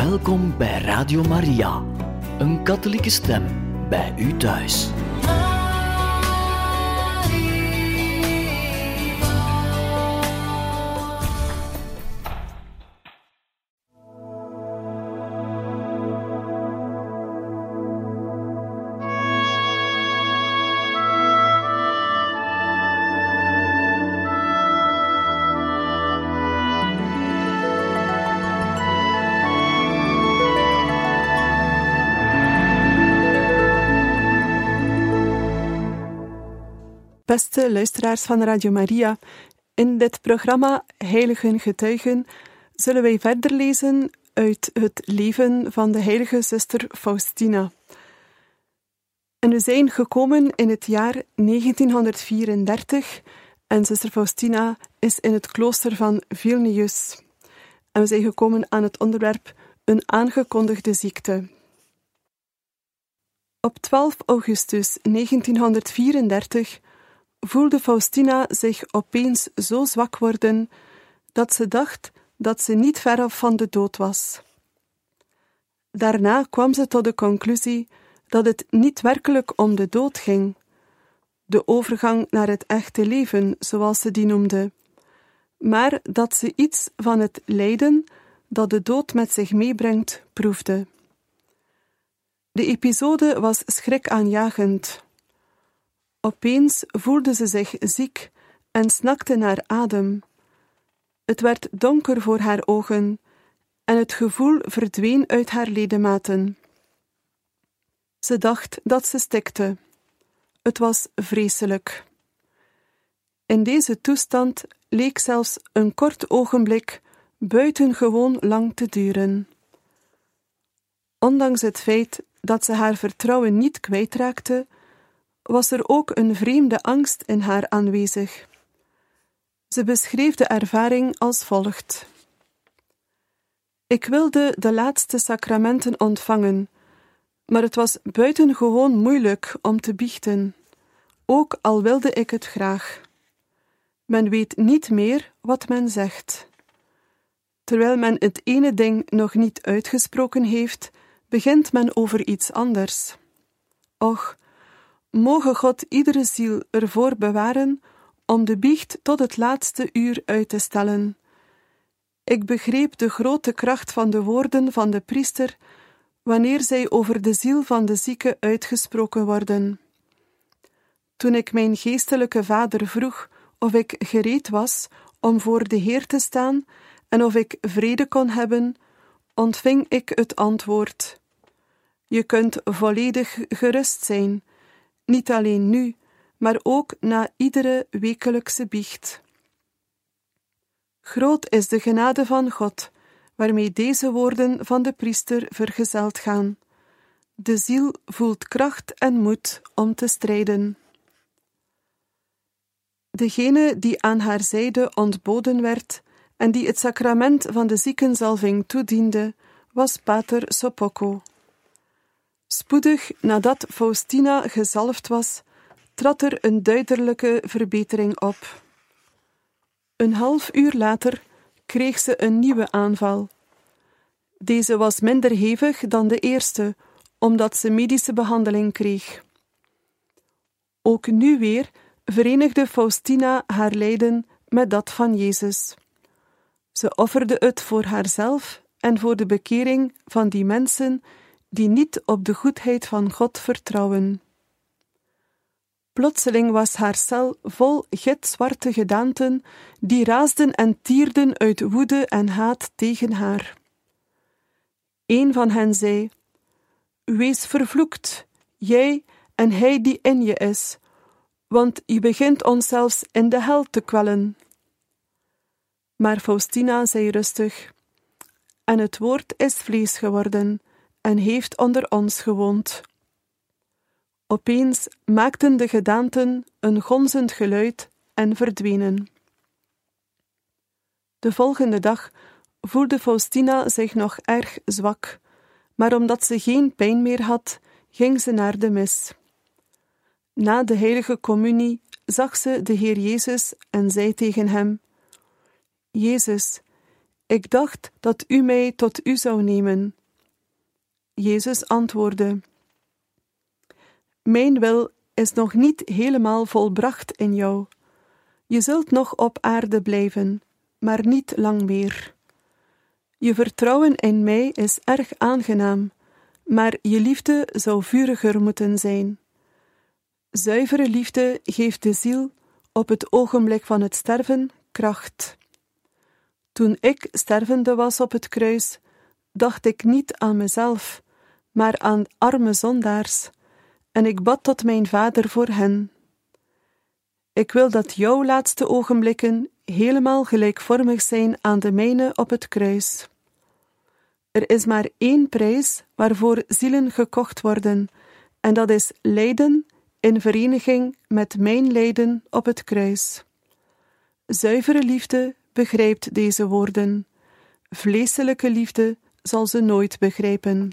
Welkom bij Radio Maria, een katholieke stem bij u thuis. Beste luisteraars van Radio Maria, in dit programma Heiligen Getuigen zullen wij verder lezen uit het leven van de heilige zuster Faustina. En we zijn gekomen in het jaar 1934 en zuster Faustina is in het klooster van Vilnius. En we zijn gekomen aan het onderwerp een aangekondigde ziekte. Op 12 augustus 1934 voelde Faustina zich opeens zo zwak worden dat ze dacht dat ze niet veraf van de dood was. Daarna kwam ze tot de conclusie dat het niet werkelijk om de dood ging, de overgang naar het echte leven, zoals ze die noemde, maar dat ze iets van het lijden dat de dood met zich meebrengt, proefde. De episode was schrikaanjagend. Opeens voelde ze zich ziek en snakte naar adem. Het werd donker voor haar ogen en het gevoel verdween uit haar ledematen. Ze dacht dat ze stikte. Het was vreselijk. In deze toestand leek zelfs een kort ogenblik buitengewoon lang te duren. Ondanks het feit dat ze haar vertrouwen niet kwijtraakte, was er ook een vreemde angst in haar aanwezig. Ze beschreef de ervaring als volgt. Ik wilde de laatste sacramenten ontvangen, maar het was buitengewoon moeilijk om te biechten, ook al wilde ik het graag. Men weet niet meer wat men zegt. Terwijl men het ene ding nog niet uitgesproken heeft, begint men over iets anders. Och, moge God iedere ziel ervoor bewaren om de biecht tot het laatste uur uit te stellen. Ik begreep de grote kracht van de woorden van de priester wanneer zij over de ziel van de zieke uitgesproken worden. Toen ik mijn geestelijke vader vroeg of ik gereed was om voor de Heer te staan en of ik vrede kon hebben, ontving ik het antwoord: Je kunt volledig gerust zijn, niet alleen nu, maar ook na iedere wekelijkse biecht. Groot is de genade van God, waarmee deze woorden van de priester vergezeld gaan. De ziel voelt kracht en moed om te strijden. Degene die aan haar zijde ontboden werd en die het sacrament van de ziekenzalving toediende, was pater Sopocco. Spoedig nadat Faustina gezalfd was, trad er een duidelijke verbetering op. Een half uur later kreeg ze een nieuwe aanval. Deze was minder hevig dan de eerste, omdat ze medische behandeling kreeg. Ook nu weer verenigde Faustina haar lijden met dat van Jezus. Ze offerde het voor haarzelf en voor de bekering van die mensen die niet op de goedheid van God vertrouwen. Plotseling was haar cel vol gitzwarte gedaanten die raasden en tierden uit woede en haat tegen haar. Een van hen zei: Wees vervloekt, jij en hij die in je is, want je begint ons zelfs in de hel te kwellen. Maar Faustina zei rustig: En het woord is vlees geworden en heeft onder ons gewoond. Opeens maakten de gedaanten een gonzend geluid en verdwenen. De volgende dag voelde Faustina zich nog erg zwak, maar omdat ze geen pijn meer had, ging ze naar de mis. Na de heilige communie zag ze de Heer Jezus en zei tegen hem: Jezus, Ik dacht dat u mij tot u zou nemen. Jezus antwoordde: Mijn wil is nog niet helemaal volbracht in jou. Je zult nog op aarde blijven, maar niet lang meer. Je vertrouwen in mij is erg aangenaam, maar je liefde zou vuriger moeten zijn. Zuivere liefde geeft de ziel op het ogenblik van het sterven kracht. Toen ik stervende was op het kruis, dacht ik niet aan mezelf, maar aan arme zondaars, en ik bad tot mijn Vader voor hen. Ik wil dat jouw laatste ogenblikken helemaal gelijkvormig zijn aan de mijne op het kruis. Er is maar één prijs waarvoor zielen gekocht worden, en dat is lijden in vereniging met mijn lijden op het kruis. Zuivere liefde begrijpt deze woorden. Vleeselijke liefde zal ze nooit begrijpen.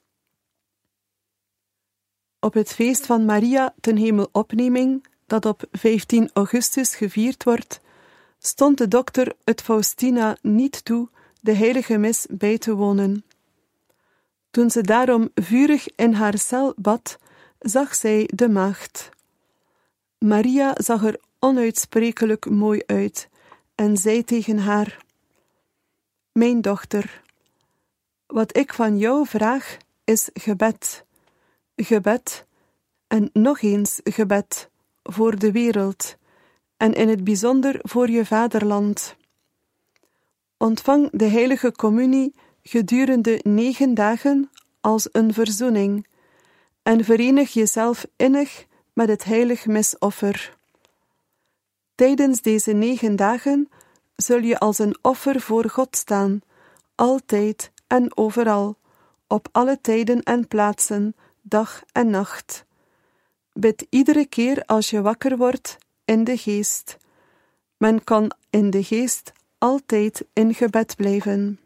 Op het feest van Maria ten Hemelopneming, dat op 15 augustus gevierd wordt, stond de dokter het Faustina niet toe de heilige mis bij te wonen. Toen ze daarom vurig in haar cel bad, zag zij de maagd. Maria zag er onuitsprekelijk mooi uit en zei tegen haar: Mijn dochter, wat ik van jou vraag is gebed. Gebed en nog eens gebed voor de wereld en in het bijzonder voor je vaderland. Ontvang de heilige communie gedurende 9 dagen als een verzoening en verenig jezelf innig met het heilig misoffer. Tijdens deze 9 dagen zul je als een offer voor God staan, altijd en overal, op alle tijden en plaatsen, dag en nacht. Bid iedere keer als je wakker wordt in de geest. Men kan in de geest altijd in gebed blijven.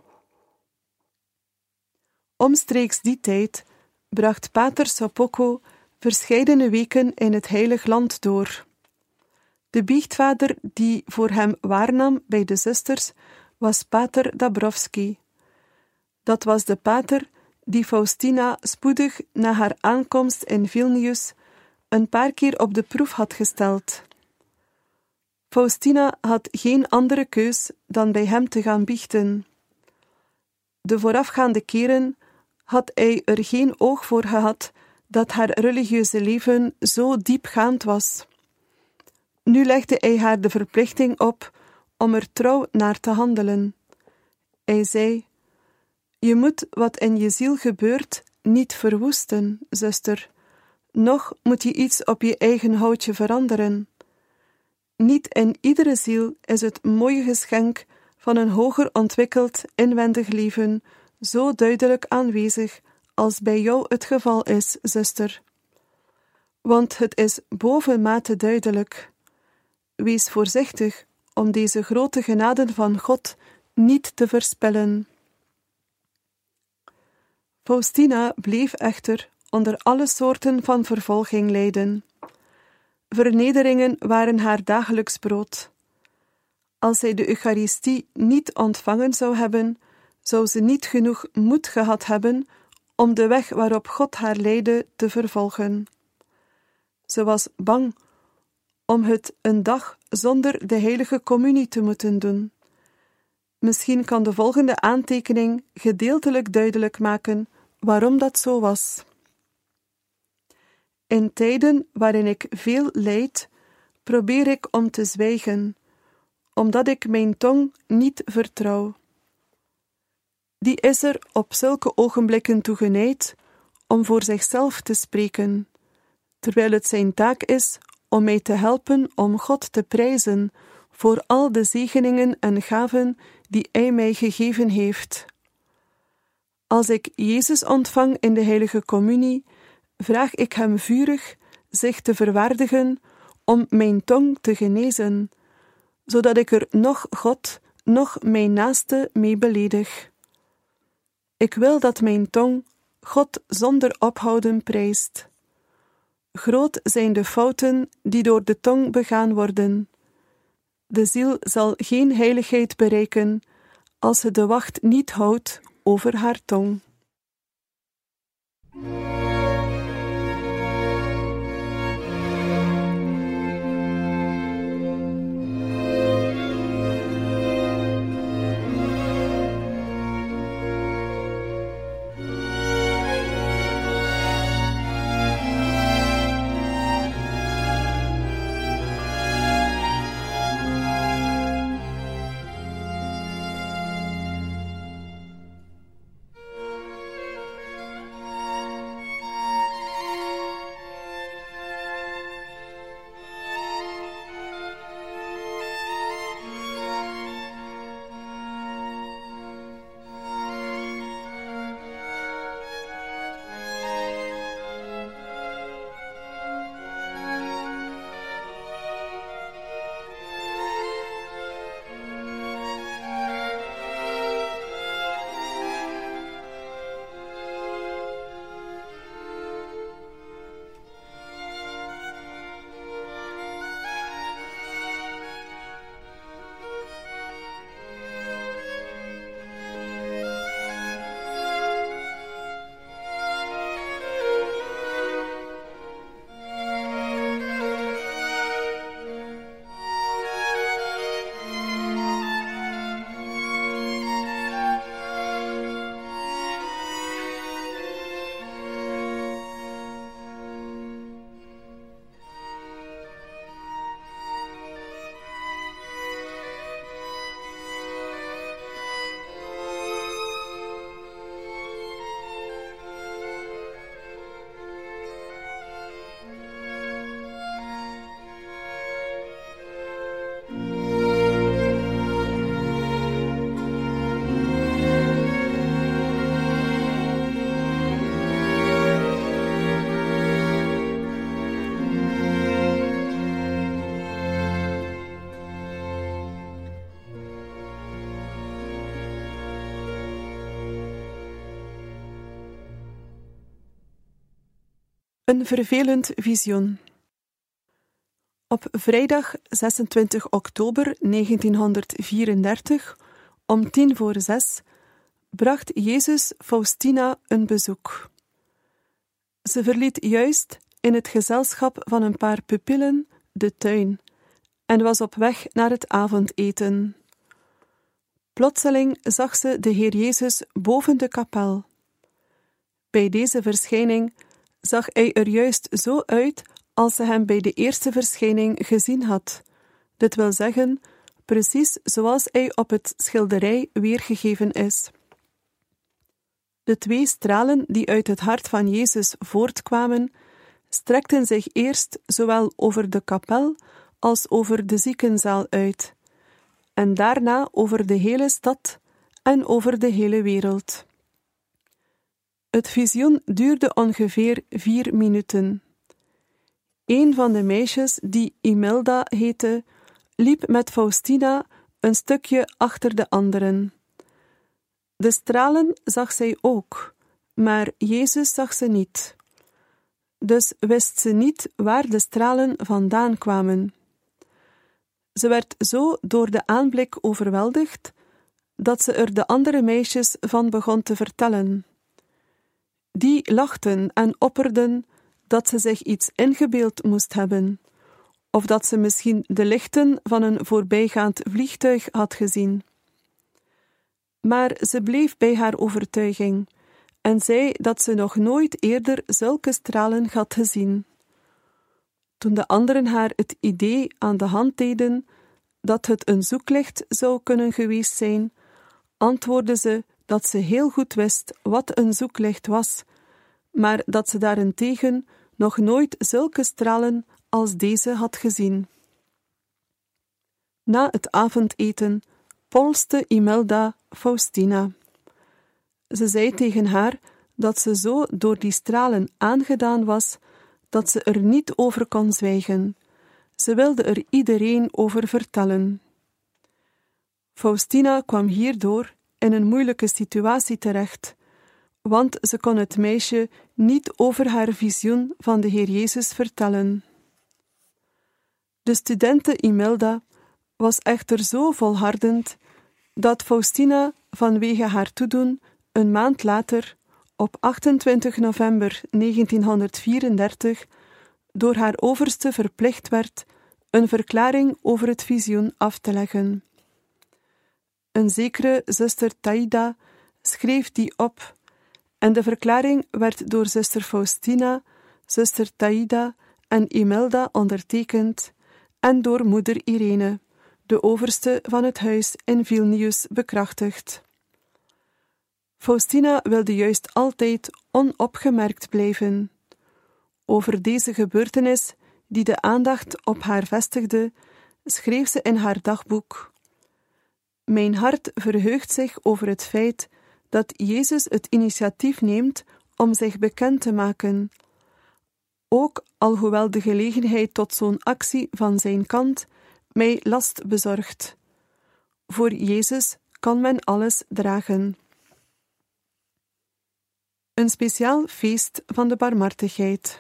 Omstreeks die tijd bracht pater Sopocco verscheidene weken in het heilig land door. De biechtvader die voor hem waarnam bij de zusters was pater Dabrowski. Dat was de pater die Faustina spoedig na haar aankomst in Vilnius een paar keer op de proef had gesteld. Faustina had geen andere keus dan bij hem te gaan biechten. De voorafgaande keren had hij er geen oog voor gehad dat haar religieuze leven zo diepgaand was. Nu legde hij haar de verplichting op om er trouw naar te handelen. Hij zei: Je moet wat in je ziel gebeurt niet verwoesten, zuster. Nog moet je iets op je eigen houtje veranderen. Niet in iedere ziel is het mooie geschenk van een hoger ontwikkeld inwendig leven zo duidelijk aanwezig als bij jou het geval is, zuster. Want het is bovenmate duidelijk. Wees voorzichtig om deze grote genaden van God niet te verspillen. Faustina bleef echter onder alle soorten van vervolging lijden. Vernederingen waren haar dagelijks brood. Als zij de Eucharistie niet ontvangen zou hebben, zou ze niet genoeg moed gehad hebben om de weg waarop God haar leidde te vervolgen. Ze was bang om het een dag zonder de heilige communie te moeten doen. Misschien kan de volgende aantekening gedeeltelijk duidelijk maken waarom dat zo was. In tijden waarin ik veel lijd, probeer ik om te zwijgen, omdat ik mijn tong niet vertrouw. Die is er op zulke ogenblikken toe genijd om voor zichzelf te spreken, terwijl het zijn taak is om mij te helpen om God te prijzen voor al de zegeningen en gaven die Hij mij gegeven heeft. Als ik Jezus ontvang in de heilige communie, vraag ik Hem vurig zich te verwaardigen om mijn tong te genezen, zodat ik er noch God, noch mijn naaste mee beledig. Ik wil dat mijn tong God zonder ophouden prijst. Groot zijn de fouten die door de tong begaan worden. De ziel zal geen heiligheid bereiken als ze de wacht niet houdt over haar tong. Een vervelend visioen. Op vrijdag 26 oktober 1934, om 5:10, bracht Jezus Faustina een bezoek. Ze verliet juist in het gezelschap van een paar pupillen de tuin en was op weg naar het avondeten. Plotseling zag ze de Heer Jezus boven de kapel. Bij deze verschijning zag hij er juist zo uit als ze hem bij de eerste verschijning gezien had. Dit wil zeggen, precies zoals hij op het schilderij weergegeven is. De 2 stralen die uit het hart van Jezus voortkwamen, strekten zich eerst zowel over de kapel als over de ziekenzaal uit, en daarna over de hele stad en over de hele wereld. Het visioen duurde ongeveer 4 minuten. Een van de meisjes, die Imelda heette, liep met Faustina een stukje achter de anderen. De stralen zag zij ook, maar Jezus zag ze niet. Dus wist ze niet waar de stralen vandaan kwamen. Ze werd zo door de aanblik overweldigd, dat ze er de andere meisjes van begon te vertellen. Die lachten en opperden dat ze zich iets ingebeeld moest hebben, of dat ze misschien de lichten van een voorbijgaand vliegtuig had gezien. Maar ze bleef bij haar overtuiging en zei dat ze nog nooit eerder zulke stralen had gezien. Toen de anderen haar het idee aan de hand deden dat het een zoeklicht zou kunnen geweest zijn, antwoordde ze dat ze heel goed wist wat een zoeklicht was, maar dat ze daarentegen nog nooit zulke stralen als deze had gezien. Na het avondeten polste Imelda Faustina. Ze zei tegen haar dat ze zo door die stralen aangedaan was, dat ze er niet over kon zwijgen. Ze wilde er iedereen over vertellen. Faustina kwam hierdoor in een moeilijke situatie terecht, want ze kon het meisje niet over haar visioen van de Heer Jezus vertellen. De studente Imelda was echter zo volhardend dat Faustina vanwege haar toedoen een maand later, op 28 november 1934, door haar overste verplicht werd een verklaring over het visioen af te leggen. Een zekere zuster Taida schreef die op en de verklaring werd door zuster Faustina, zuster Taida en Imelda ondertekend en door moeder Irene, de overste van het huis in Vilnius, bekrachtigd. Faustina wilde juist altijd onopgemerkt blijven. Over deze gebeurtenis, die de aandacht op haar vestigde, schreef ze in haar dagboek: Mijn hart verheugt zich over het feit dat Jezus het initiatief neemt om zich bekend te maken. Ook alhoewel de gelegenheid tot zo'n actie van zijn kant mij last bezorgt. Voor Jezus kan men alles dragen. Een speciaal feest van de barmhartigheid.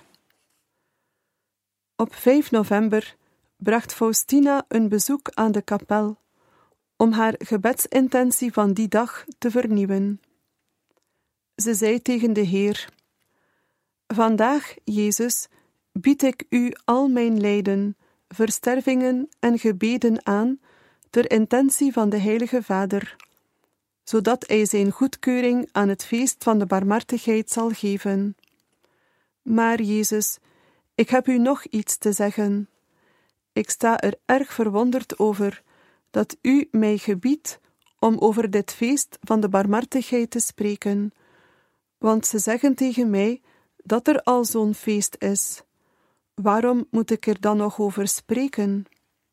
Op 5 november bracht Faustina een bezoek aan de kapel om haar gebedsintentie van die dag te vernieuwen. Ze zei tegen de Heer: Vandaag, Jezus, bied ik u al mijn lijden, verstervingen en gebeden aan ter intentie van de Heilige Vader, zodat hij zijn goedkeuring aan het feest van de barmhartigheid zal geven. Maar Jezus, ik heb u nog iets te zeggen. Ik sta er erg verwonderd over dat u mij gebiedt om over dit feest van de barmhartigheid te spreken, want ze zeggen tegen mij dat er al zo'n feest is. Waarom moet ik er dan nog over spreken?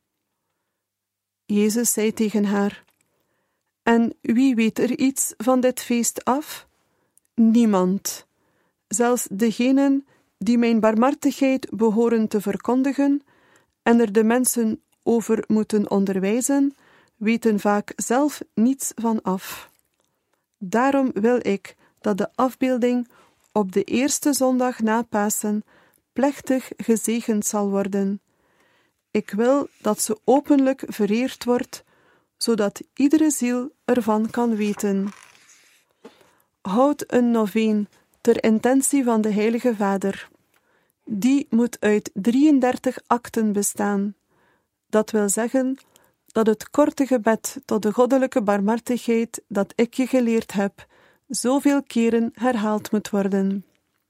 Jezus zei tegen haar: En wie weet er iets van dit feest af? Niemand. Zelfs degenen die mijn barmhartigheid behoren te verkondigen en er de mensen over moeten onderwijzen, weten vaak zelf niets van af. Daarom wil ik dat de afbeelding op de eerste zondag na Pasen plechtig gezegend zal worden. Ik wil dat ze openlijk vereerd wordt, zodat iedere ziel ervan kan weten. Houd een noveen ter intentie van de Heilige Vader. Die moet uit 33 akten bestaan. Dat wil zeggen dat het korte gebed tot de goddelijke barmhartigheid dat ik je geleerd heb, zoveel keren herhaald moet worden.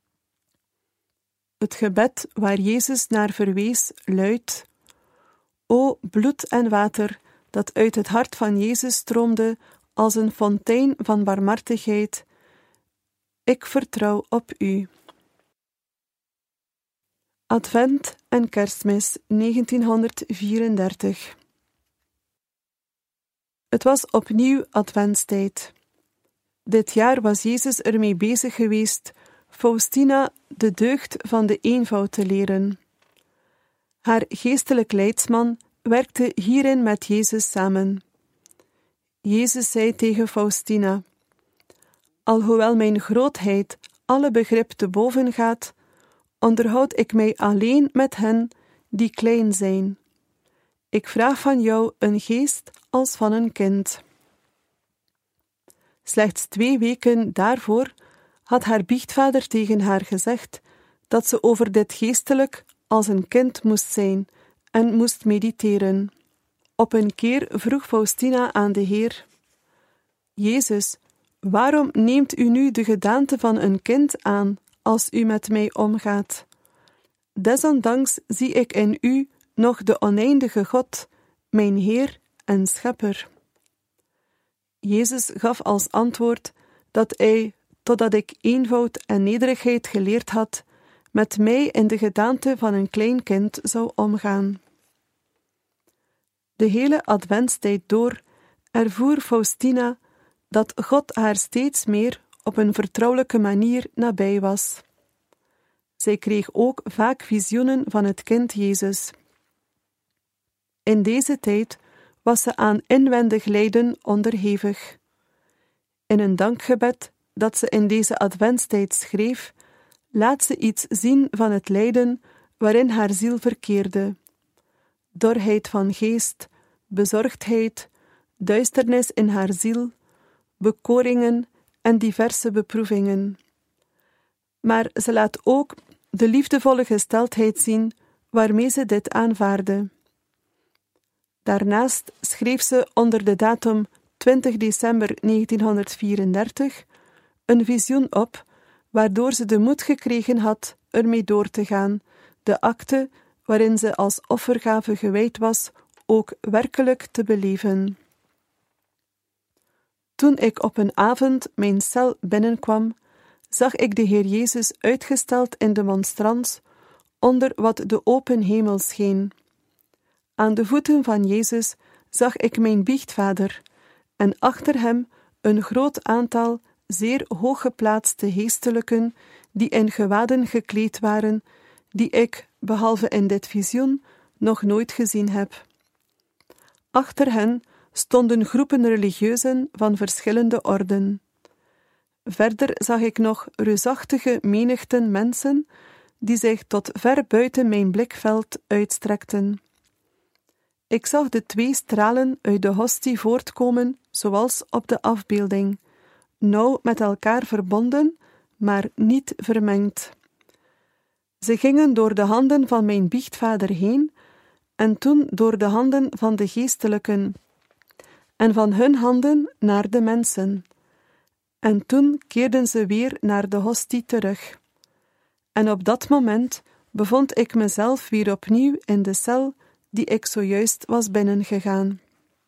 Het gebed waar Jezus naar verwees luidt: O bloed en water dat uit het hart van Jezus stroomde als een fontein van barmhartigheid, ik vertrouw op u. Advent en Kerstmis 1934. Het was opnieuw adventstijd. Dit jaar was Jezus ermee bezig geweest Faustina de deugd van de eenvoud te leren. Haar geestelijk leidsman werkte hierin met Jezus samen. Jezus zei tegen Faustina: Alhoewel mijn grootheid alle begrip te boven gaat, onderhoud ik mij alleen met hen die klein zijn. Ik vraag van jou een geest als van een kind. Slechts 2 weken daarvoor had haar biechtvader tegen haar gezegd dat ze over dit geestelijk als een kind moest zijn en moest mediteren. Op een keer vroeg Faustina aan de Heer: Jezus, waarom neemt u nu de gedaante van een kind aan als u met mij omgaat? Desondanks zie ik in u nog de oneindige God, mijn Heer en Schepper. Jezus gaf als antwoord dat hij, totdat ik eenvoud en nederigheid geleerd had, met mij in de gedaante van een klein kind zou omgaan. De hele adventstijd door ervoer Faustina dat God haar steeds meer op een vertrouwelijke manier nabij was. Zij kreeg ook vaak visioenen van het kind Jezus. In deze tijd was ze aan inwendig lijden onderhevig. In een dankgebed dat ze in deze adventstijd schreef, laat ze iets zien van het lijden waarin haar ziel verkeerde. Dorheid van geest, bezorgdheid, duisternis in haar ziel, bekoringen en diverse beproevingen. Maar ze laat ook de liefdevolle gesteldheid zien waarmee ze dit aanvaardde. Daarnaast schreef ze onder de datum 20 december 1934 een visioen op, waardoor ze de moed gekregen had ermee door te gaan, de akte waarin ze als offergave gewijd was, ook werkelijk te beleven. Toen ik op een avond mijn cel binnenkwam, zag ik de Heer Jezus uitgesteld in de monstrans, onder wat de open hemel scheen. Aan de voeten van Jezus zag ik mijn biechtvader, en achter hem een groot aantal zeer hooggeplaatste geestelijken, die in gewaden gekleed waren, die ik, behalve in dit visioen, nog nooit gezien heb. Achter hen stonden groepen religieuzen van verschillende orden. Verder zag ik nog reusachtige menigten mensen, die zich tot ver buiten mijn blikveld uitstrekten. Ik zag de 2 stralen uit de hostie voortkomen, zoals op de afbeelding, nauw met elkaar verbonden, maar niet vermengd. Ze gingen door de handen van mijn biechtvader heen, en toen door de handen van de geestelijken, en van hun handen naar de mensen. En toen keerden ze weer naar de hostie terug. En op dat moment bevond ik mezelf weer opnieuw in de cel die ik zojuist was binnengegaan.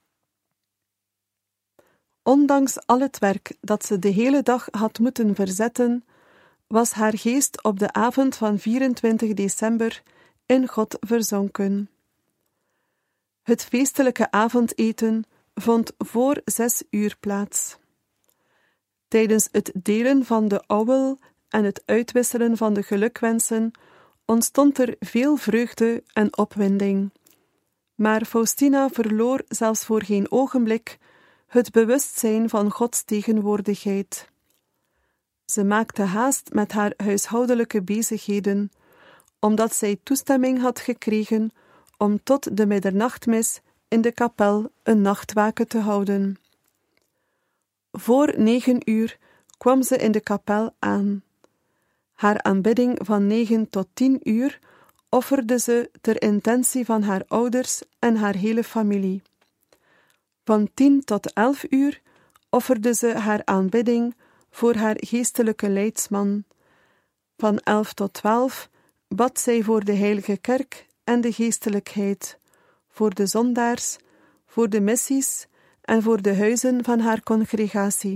Ondanks al het werk dat ze de hele dag had moeten verzetten, was haar geest op de avond van 24 december in God verzonken. Het feestelijke avondeten vond voor 6 uur plaats. Tijdens het delen van de ouwel en het uitwisselen van de gelukwensen ontstond er veel vreugde en opwinding. Maar Faustina verloor zelfs voor geen ogenblik het bewustzijn van Gods tegenwoordigheid. Ze maakte haast met haar huishoudelijke bezigheden, omdat zij toestemming had gekregen om tot de middernachtmis in de kapel een nachtwaken te houden. Voor 9 uur kwam ze in de kapel aan. Haar aanbidding van 9 tot 10 uur offerde ze ter intentie van haar ouders en haar hele familie. Van 10 tot 11 uur offerde ze haar aanbidding voor haar geestelijke leidsman. Van 11 tot 12 bad zij voor de heilige kerk en de geestelijkheid, voor de zondaars, voor de missies en voor de huizen van haar congregatie.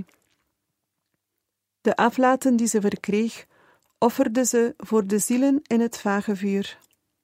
De aflaten die ze verkreeg, offerde ze voor de zielen in het vagevuur.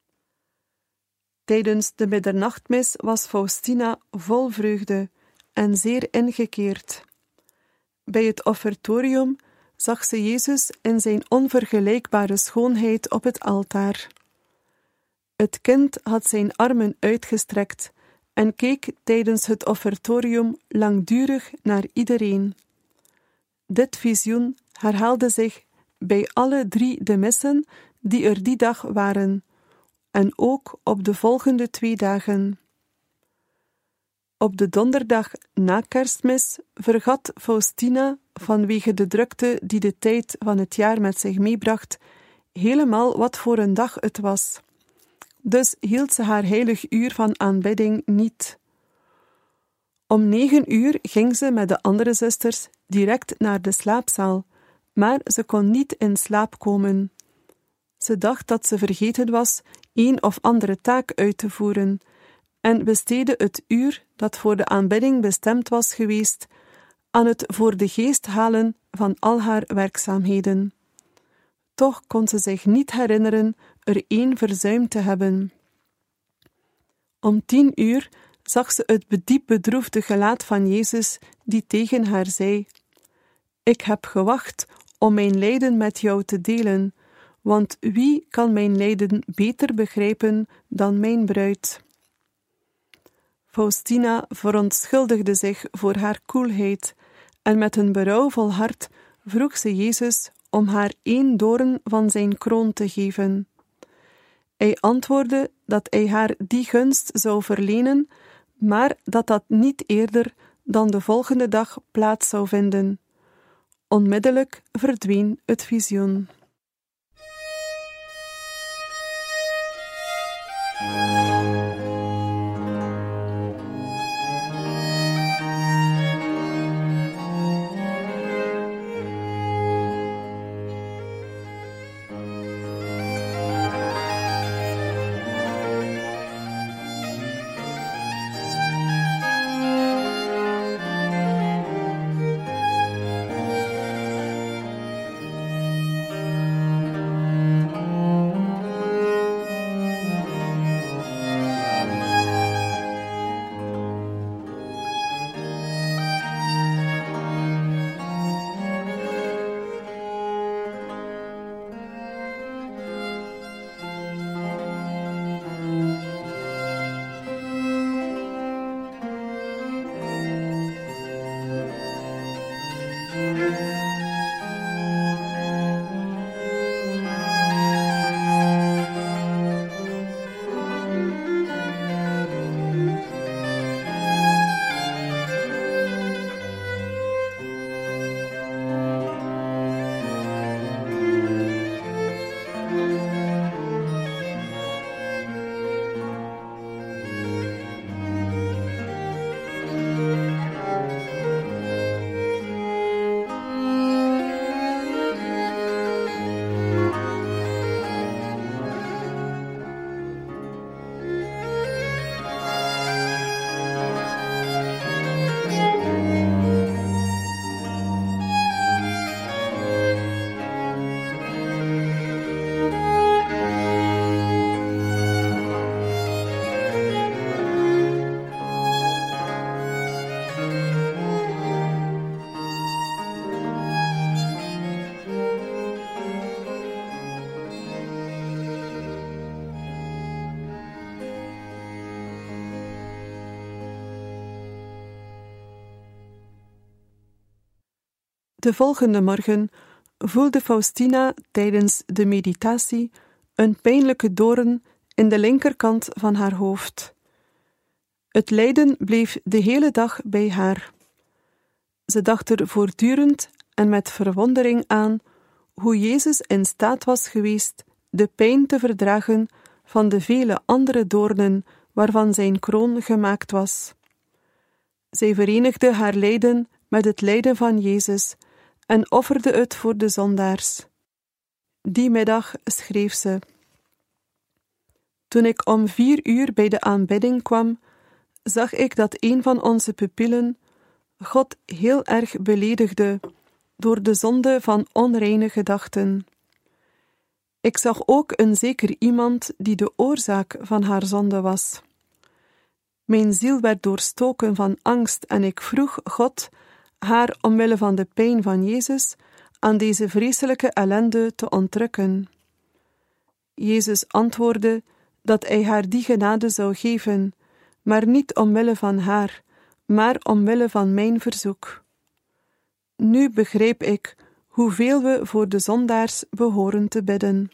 Tijdens de middernachtmis was Faustina vol vreugde en zeer ingekeerd. Bij het offertorium zag ze Jezus in zijn onvergelijkbare schoonheid op het altaar. Het kind had zijn armen uitgestrekt en keek tijdens het offertorium langdurig naar iedereen. Dit visioen herhaalde zich bij alle 3 de missen die er die dag waren, en ook op de volgende 2 dagen. Op de donderdag na Kerstmis vergat Faustina, vanwege de drukte die de tijd van het jaar met zich meebracht, helemaal wat voor een dag het was. Dus hield ze haar heilig uur van aanbidding niet. Om 9 uur ging ze met de andere zusters direct naar de slaapzaal, maar ze kon niet in slaap komen. Ze dacht dat ze vergeten was een of andere taak uit te voeren en besteedde het uur dat voor de aanbidding bestemd was geweest aan het voor de geest halen van al haar werkzaamheden. Toch kon ze zich niet herinneren er één verzuimd te hebben. Om 10 uur zag ze het diep bedroefde gelaat van Jezus, die tegen haar zei: Ik heb gewacht om mijn lijden met jou te delen, want wie kan mijn lijden beter begrijpen dan mijn bruid? Faustina verontschuldigde zich voor haar koelheid en met een berouwvol hart vroeg ze Jezus om haar 1 doorn van zijn kroon te geven. Hij antwoordde dat hij haar die gunst zou verlenen, maar dat niet eerder dan de volgende dag plaats zou vinden. Onmiddellijk verdween het visioen. De volgende morgen voelde Faustina tijdens de meditatie een pijnlijke doorn in de linkerkant van haar hoofd. Het lijden bleef de hele dag bij haar. Ze dacht er voortdurend en met verwondering aan hoe Jezus in staat was geweest de pijn te verdragen van de vele andere doornen waarvan zijn kroon gemaakt was. Zij verenigde haar lijden met het lijden van Jezus en offerde het voor de zondaars. Die middag schreef ze: Toen ik om 4 uur bij de aanbidding kwam, zag ik dat een van onze pupillen God heel erg beledigde door de zonde van onreine gedachten. Ik zag ook een zeker iemand die de oorzaak van haar zonde was. Mijn ziel werd doorstoken van angst en ik vroeg God haar omwille van de pijn van Jezus aan deze vreselijke ellende te ontrukken. Jezus antwoordde dat hij haar die genade zou geven, maar niet omwille van haar, maar omwille van mijn verzoek. Nu begrijp ik hoeveel we voor de zondaars behoren te bidden.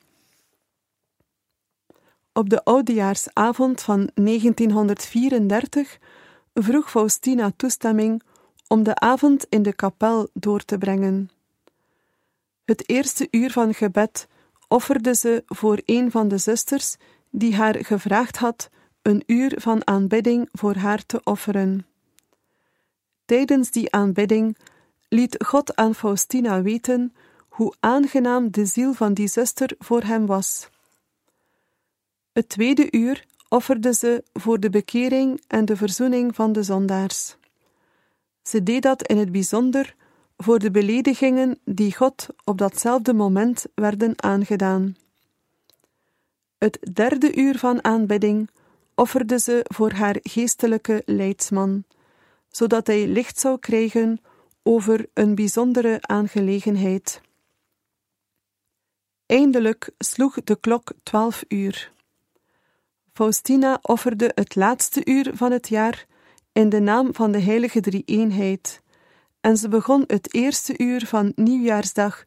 Op de oudejaarsavond van 1934 vroeg Faustina toestemming om de avond in de kapel door te brengen. Het eerste uur van gebed offerde ze voor een van de zusters die haar gevraagd had een uur van aanbidding voor haar te offeren. Tijdens die aanbidding liet God aan Faustina weten hoe aangenaam de ziel van die zuster voor hem was. Het tweede uur offerde ze voor de bekering en de verzoening van de zondaars. Ze deed dat in het bijzonder voor de beledigingen die God op datzelfde moment werden aangedaan. Het derde uur van aanbidding offerde ze voor haar geestelijke leidsman, zodat hij licht zou krijgen over een bijzondere aangelegenheid. Eindelijk sloeg de klok 12 uur. Faustina offerde het laatste uur van het jaar in de naam van de heilige drie-eenheid, en ze begon het eerste uur van nieuwjaarsdag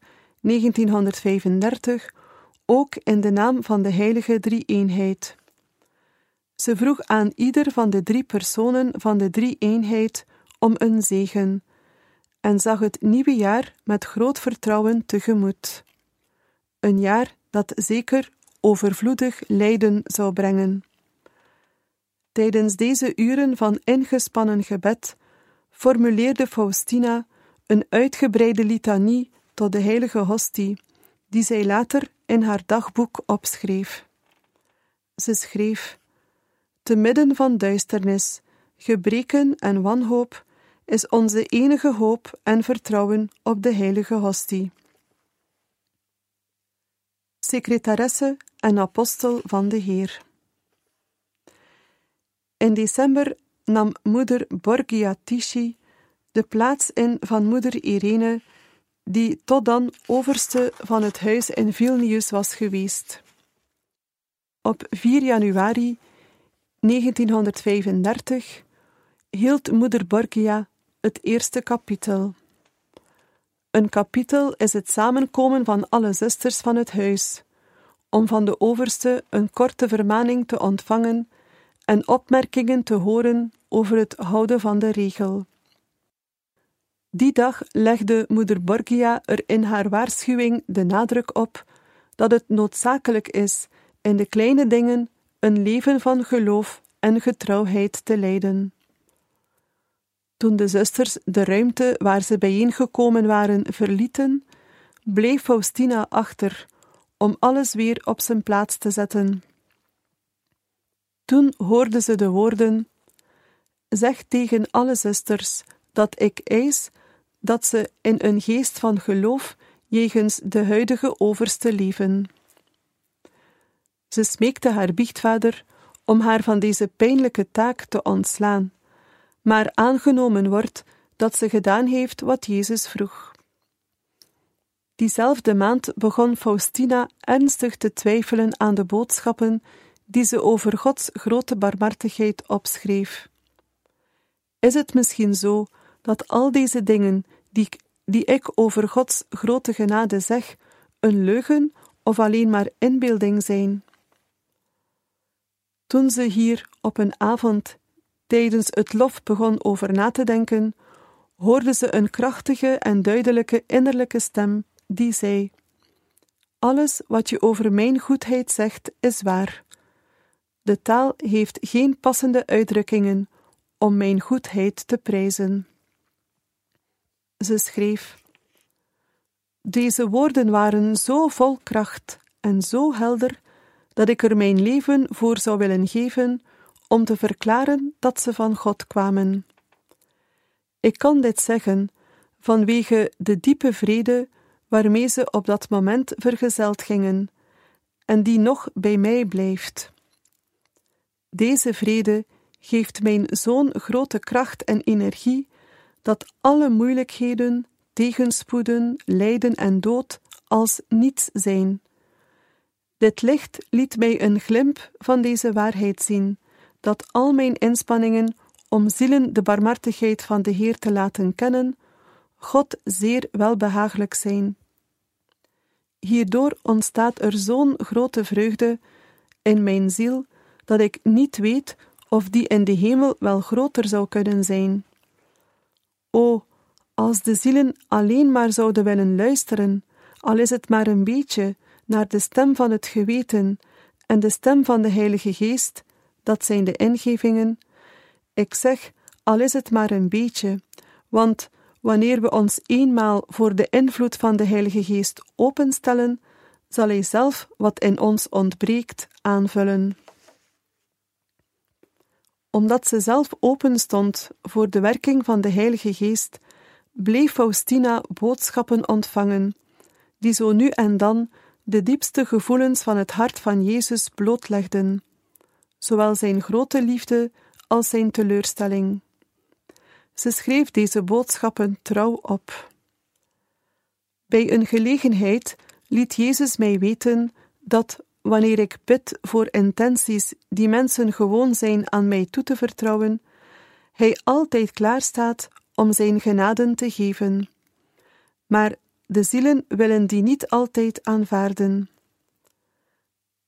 1935 ook in de naam van de heilige drie-eenheid. Ze vroeg aan ieder van de 3 personen van de drie-eenheid om een zegen en zag het nieuwe jaar met groot vertrouwen tegemoet. Een jaar dat zeker overvloedig lijden zou brengen. Tijdens deze uren van ingespannen gebed formuleerde Faustina een uitgebreide litanie tot de heilige hostie, die zij later in haar dagboek opschreef. Ze schreef: te midden van duisternis, gebreken en wanhoop is onze enige hoop en vertrouwen op de heilige hostie. Secretaresse en apostel van de Heer. In december nam moeder Borgia Tisci de plaats in van moeder Irene, die tot dan overste van het huis in Vilnius was geweest. Op 4 januari 1935 hield moeder Borgia het eerste kapitel. Een kapitel is het samenkomen van alle zusters van het huis, om van de overste een korte vermaning te ontvangen en opmerkingen te horen over het houden van de regel. Die dag legde moeder Borgia er in haar waarschuwing de nadruk op dat het noodzakelijk is in de kleine dingen een leven van geloof en getrouwheid te leiden. Toen de zusters de ruimte waar ze bijeengekomen waren verlieten, bleef Faustina achter om alles weer op zijn plaats te zetten. Toen hoorde ze de woorden: zeg tegen alle zusters dat ik eis dat ze in een geest van geloof jegens de huidige overste leven. Ze smeekte haar biechtvader om haar van deze pijnlijke taak te ontslaan, maar aangenomen wordt dat ze gedaan heeft wat Jezus vroeg. Diezelfde maand begon Faustina ernstig te twijfelen aan de boodschappen die ze over Gods grote barmhartigheid opschreef. Is het misschien zo dat al deze dingen die ik over Gods grote genade zeg, een leugen of alleen maar inbeelding zijn? Toen ze hier op een avond tijdens het lof begon over na te denken, hoorde ze een krachtige en duidelijke innerlijke stem die zei: alles wat je over mijn goedheid zegt is waar. De taal heeft geen passende uitdrukkingen om mijn goedheid te prijzen. Ze schreef: deze woorden waren zo vol kracht en zo helder dat ik er mijn leven voor zou willen geven om te verklaren dat ze van God kwamen. Ik kan dit zeggen vanwege de diepe vrede waarmee ze op dat moment vergezeld gingen en die nog bij mij blijft. Deze vrede geeft mijn zo'n grote kracht en energie dat alle moeilijkheden, tegenspoeden, lijden en dood als niets zijn. Dit licht liet mij een glimp van deze waarheid zien, dat al mijn inspanningen om zielen de barmhartigheid van de Heer te laten kennen, God zeer welbehaaglijk zijn. Hierdoor ontstaat er zo'n grote vreugde in mijn ziel, dat ik niet weet of die in de hemel wel groter zou kunnen zijn. O, als de zielen alleen maar zouden willen luisteren, al is het maar een beetje, naar de stem van het geweten en de stem van de Heilige Geest, dat zijn de ingevingen. Ik zeg, al is het maar een beetje, want wanneer we ons eenmaal voor de invloed van de Heilige Geest openstellen, zal Hij zelf wat in ons ontbreekt aanvullen. Omdat ze zelf open stond voor de werking van de Heilige Geest, bleef Faustina boodschappen ontvangen, die zo nu en dan de diepste gevoelens van het hart van Jezus blootlegden, zowel zijn grote liefde als zijn teleurstelling. Ze schreef deze boodschappen trouw op. Bij een gelegenheid liet Jezus mij weten dat, wanneer ik bid voor intenties die mensen gewoon zijn aan mij toe te vertrouwen, Hij altijd klaarstaat om zijn genaden te geven. Maar de zielen willen die niet altijd aanvaarden.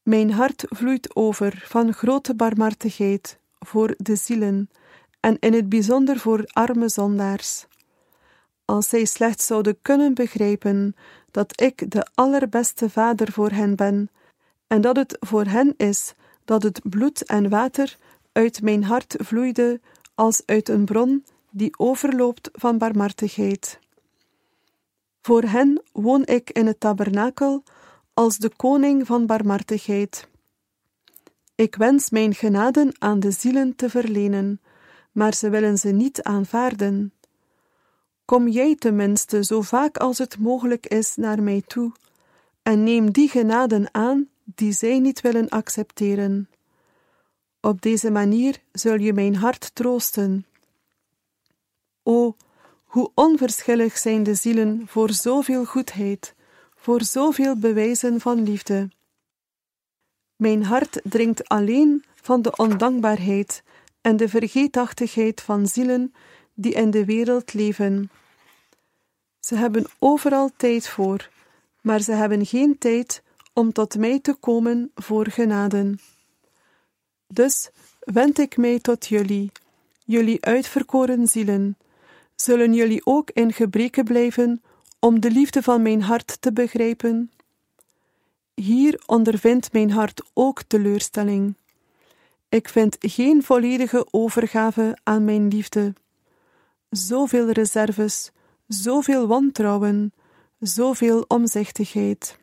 Mijn hart vloeit over van grote barmhartigheid voor de zielen en in het bijzonder voor arme zondaars. Als zij slechts zouden kunnen begrijpen dat ik de allerbeste vader voor hen ben en dat het voor hen is dat het bloed en water uit mijn hart vloeide als uit een bron die overloopt van barmhartigheid. Voor hen woon ik in het tabernakel als de koning van barmhartigheid. Ik wens mijn genaden aan de zielen te verlenen, maar ze willen ze niet aanvaarden. Kom jij tenminste zo vaak als het mogelijk is naar mij toe en neem die genaden aan die zij niet willen accepteren. Op deze manier zul je mijn hart troosten. O, hoe onverschillig zijn de zielen voor zoveel goedheid, voor zoveel bewijzen van liefde. Mijn hart drinkt alleen van de ondankbaarheid en de vergeetachtigheid van zielen die in de wereld leven. Ze hebben overal tijd voor, maar ze hebben geen tijd om tot mij te komen voor genaden. Dus wend ik mij tot jullie, jullie uitverkoren zielen. Zullen jullie ook in gebreke blijven om de liefde van mijn hart te begrijpen? Hier ondervindt mijn hart ook teleurstelling. Ik vind geen volledige overgave aan mijn liefde. Zoveel reserves, zoveel wantrouwen, zoveel omzichtigheid.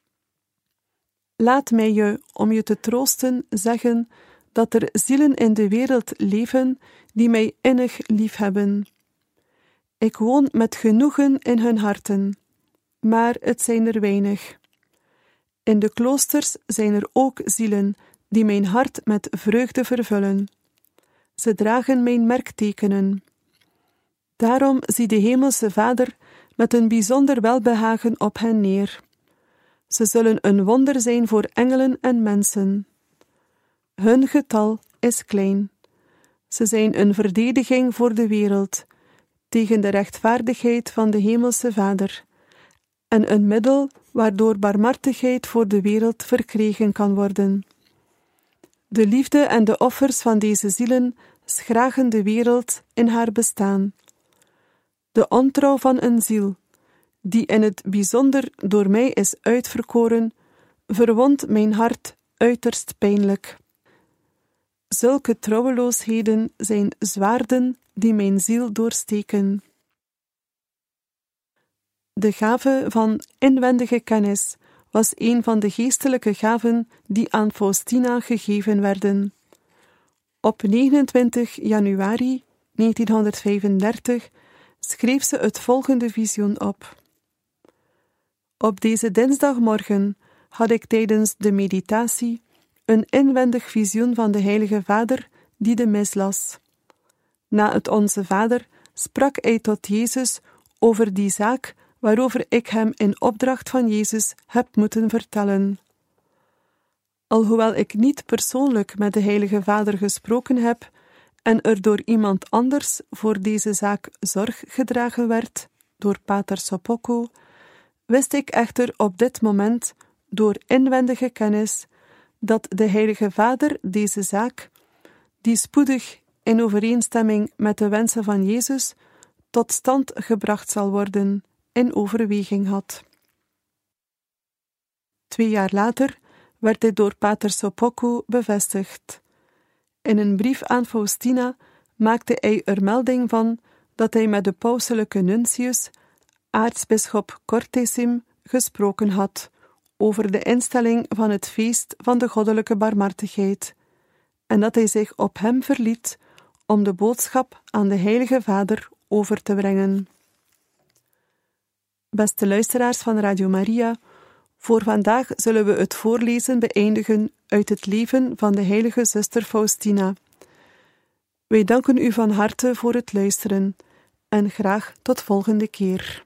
Laat mij je, om je te troosten, zeggen dat er zielen in de wereld leven die mij innig liefhebben. Ik woon met genoegen in hun harten, maar het zijn er weinig. In de kloosters zijn er ook zielen die mijn hart met vreugde vervullen. Ze dragen mijn merktekenen. Daarom zie de Hemelse Vader met een bijzonder welbehagen op hen neer. Ze zullen een wonder zijn voor engelen en mensen. Hun getal is klein. Ze zijn een verdediging voor de wereld, tegen de rechtvaardigheid van de Hemelse Vader, en een middel waardoor barmhartigheid voor de wereld verkregen kan worden. De liefde en de offers van deze zielen schragen de wereld in haar bestaan. De ontrouw van een ziel, die in het bijzonder door mij is uitverkoren, verwondt mijn hart uiterst pijnlijk. Zulke trouweloosheden zijn zwaarden die mijn ziel doorsteken. De gave van inwendige kennis was een van de geestelijke gaven die aan Faustina gegeven werden. Op 29 januari 1935 schreef ze het volgende visioen op. Op deze dinsdagmorgen had ik tijdens de meditatie een inwendig visioen van de Heilige Vader die de mis las. Na het Onze Vader sprak hij tot Jezus over die zaak waarover ik hem in opdracht van Jezus heb moeten vertellen. Alhoewel ik niet persoonlijk met de Heilige Vader gesproken heb en er door iemand anders voor deze zaak zorg gedragen werd, door Pater Sopocco, wist ik echter op dit moment, door inwendige kennis, dat de Heilige Vader deze zaak, die spoedig in overeenstemming met de wensen van Jezus tot stand gebracht zal worden, in overweging had. 2 jaar later werd dit door Pater Sopocco bevestigd. In een brief aan Faustina maakte hij er melding van dat hij met de pauselijke nuntius, aartsbisschop Cortesim, gesproken had over de instelling van het feest van de goddelijke barmhartigheid, en dat hij zich op hem verliet om de boodschap aan de Heilige Vader over te brengen. Beste luisteraars van Radio Maria, voor vandaag zullen we het voorlezen beëindigen uit het leven van de heilige zuster Faustina. Wij danken u van harte voor het luisteren en graag tot volgende keer.